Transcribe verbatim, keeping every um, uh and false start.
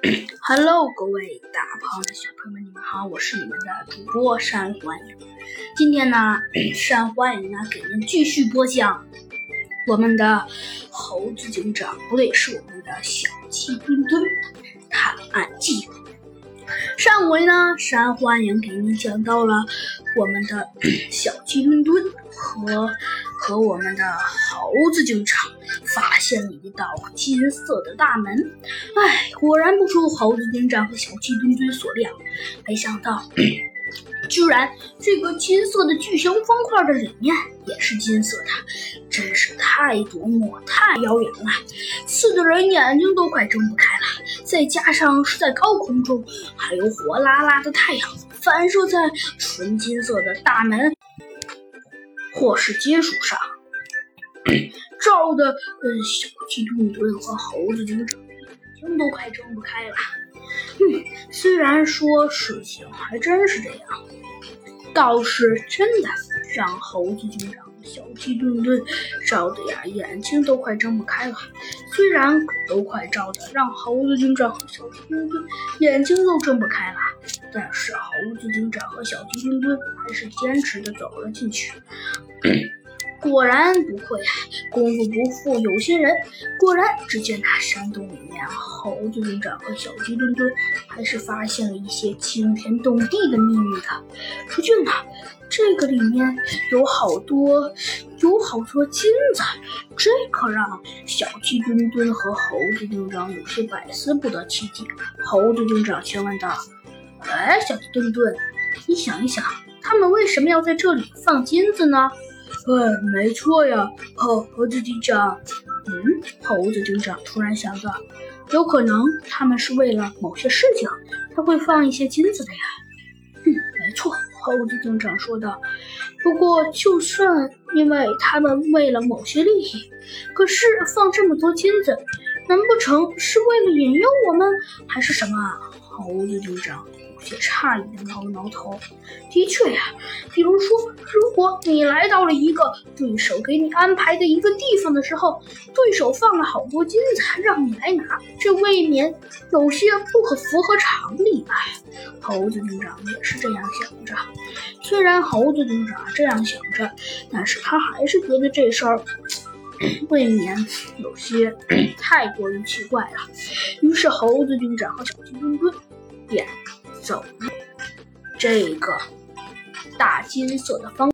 Hello， 各位大朋友们、小朋友们，你们好，我是你们的主播山欢迎。今天呢，山欢迎呢给您继续播讲我们的猴子警长，不对，是我们的小鸡墩墩探案记。上回呢，山欢迎给您讲到了我们的小鸡墩墩和和我们的猴子警长发现了一道金色的大门。哎，果然不出猴子警长和小鸡墩墩所料，没想到居然这个金色的巨型方块的里面也是金色的，真是太夺目太耀眼了，刺得人眼睛都快睁不开了。再加上是在高空中，还有火辣辣的太阳反射在纯金色的大门或是金属上，照的嗯，小鸡墩墩和猴子警长眼睛都快睁不开了。嗯，虽然说事情还真是这样，倒是真的让猴子警长和小鸡墩墩照的呀眼睛都快睁不开了。虽然都快照的让猴子警长和小鸡墩墩眼睛都睁不开了，但是猴子警长和小鸡墩墩还是坚持的走了进去。果然不愧啊，功夫不负有心人。果然，只见那山洞里面，猴子警长和小鸡墩墩还是发现了一些惊天动地的秘密的。只见呢，这个里面有好多，有好多金子，这可让小鸡墩墩和猴子警长有些百思不得其解。猴子警长先问道：“哎，小鸡墩墩，你想一想，他们为什么要在这里放金子呢？”哎，没错呀，猴猴子警长。嗯，猴子警长突然想到，有可能他们是为了某些事情，他会放一些金子的呀。嗯，没错，猴子警长说道。不过，就算因为他们为了某些利益，可是放这么多金子，难不成是为了引诱我们，还是什么？猴子警长有些诧异的挠了挠头。的确呀，比如说，如果你来到了一个对手给你安排的一个地方的时候，对手放了好多金子让你来拿，这未免有些不可符合常理吧？猴子警长也是这样想着。虽然猴子警长这样想着，但是他还是觉得这事儿未免有些太过于奇怪了。于是猴子警长和小鸡墩墩便走了这个大金色的方